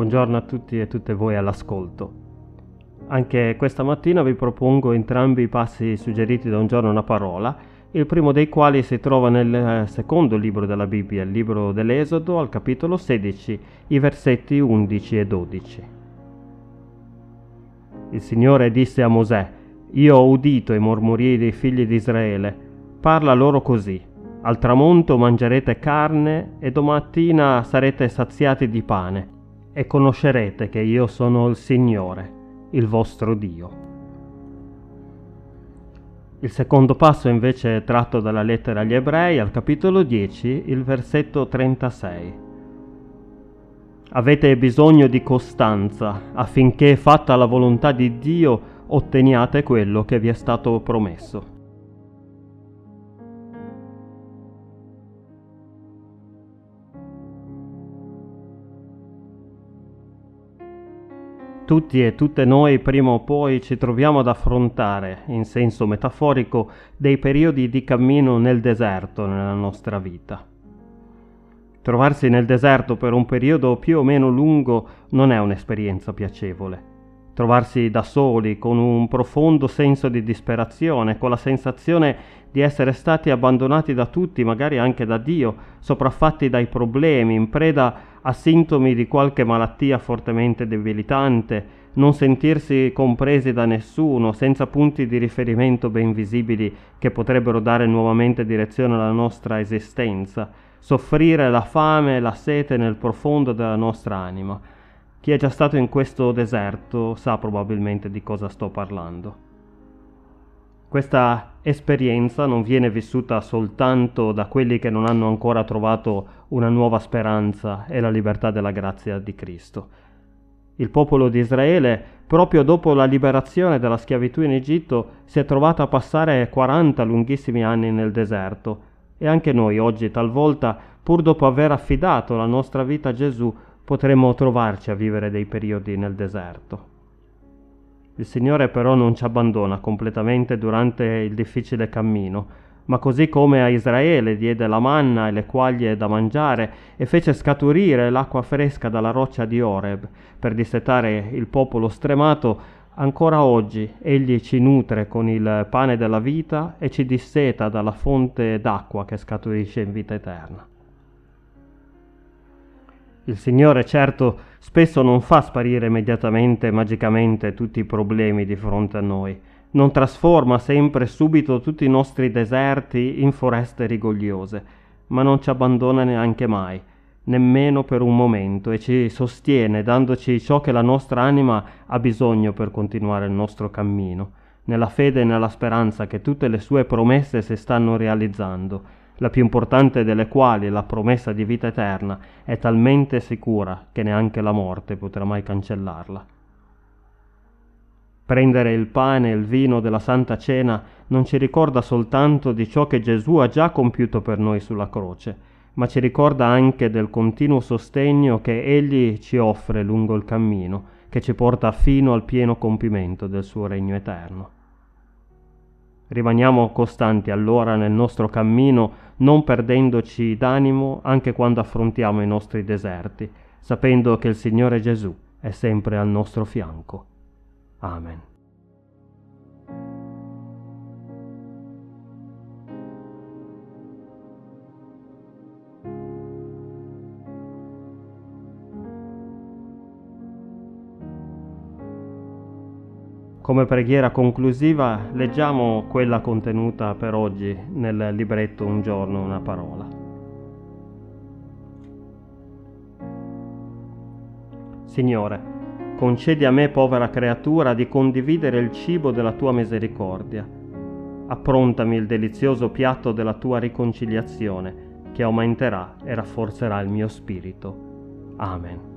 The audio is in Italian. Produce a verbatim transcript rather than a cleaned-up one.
Buongiorno a tutti e tutte voi all'ascolto. Anche questa mattina vi propongo entrambi i passi suggeriti da Un giorno una parola, il primo dei quali si trova nel secondo libro della Bibbia, il libro dell'Esodo, al capitolo sedici, i versetti undici e dodici. Il Signore disse a Mosè: Io ho udito i mormorii dei figli di Israele, parla loro così: al tramonto mangerete carne e domattina sarete saziati di pane, e conoscerete che io sono il Signore, il vostro Dio. Il secondo passo invece è tratto dalla lettera agli Ebrei, al capitolo dieci, il versetto trentasei. Avete bisogno di costanza, affinché, fatta la volontà di Dio, otteniate quello che vi è stato promesso. Tutti e tutte noi prima o poi ci troviamo ad affrontare, in senso metaforico, dei periodi di cammino nel deserto nella nostra vita. Trovarsi nel deserto per un periodo più o meno lungo non è un'esperienza piacevole. Trovarsi da soli, con un profondo senso di disperazione, con la sensazione di essere stati abbandonati da tutti, magari anche da Dio, sopraffatti dai problemi, in preda a sintomi di qualche malattia fortemente debilitante, non sentirsi compresi da nessuno, senza punti di riferimento ben visibili che potrebbero dare nuovamente direzione alla nostra esistenza, soffrire la fame e la sete nel profondo della nostra anima. Chi è già stato in questo deserto sa probabilmente di cosa sto parlando. Questa esperienza non viene vissuta soltanto da quelli che non hanno ancora trovato una nuova speranza e la libertà della grazia di Cristo. Il popolo di Israele, proprio dopo la liberazione dalla schiavitù in Egitto, si è trovato a passare quaranta lunghissimi anni nel deserto, e anche noi oggi talvolta, pur dopo aver affidato la nostra vita a Gesù, potremmo trovarci a vivere dei periodi nel deserto. Il Signore però non ci abbandona completamente durante il difficile cammino, ma così come a Israele diede la manna e le quaglie da mangiare e fece scaturire l'acqua fresca dalla roccia di Oreb per dissetare il popolo stremato, ancora oggi Egli ci nutre con il pane della vita e ci disseta dalla fonte d'acqua che scaturisce in vita eterna. Il Signore, certo, spesso non fa sparire immediatamente, magicamente, tutti i problemi di fronte a noi. Non trasforma sempre subito tutti i nostri deserti in foreste rigogliose, ma non ci abbandona neanche mai, nemmeno per un momento, e ci sostiene dandoci ciò che la nostra anima ha bisogno per continuare il nostro cammino, nella fede e nella speranza che tutte le sue promesse si stanno realizzando, la più importante delle quali, la promessa di vita eterna, è talmente sicura che neanche la morte potrà mai cancellarla. Prendere il pane e il vino della Santa Cena non ci ricorda soltanto di ciò che Gesù ha già compiuto per noi sulla croce, ma ci ricorda anche del continuo sostegno che Egli ci offre lungo il cammino, che ci porta fino al pieno compimento del suo regno eterno. Rimaniamo costanti allora nel nostro cammino, non perdendoci d'animo anche quando affrontiamo i nostri deserti, sapendo che il Signore Gesù è sempre al nostro fianco. Amen. Come preghiera conclusiva leggiamo quella contenuta per oggi nel libretto Un giorno una parola. Signore, concedi a me, povera creatura, di condividere il cibo della tua misericordia. Approntami il delizioso piatto della tua riconciliazione, che aumenterà e rafforzerà il mio spirito. Amen.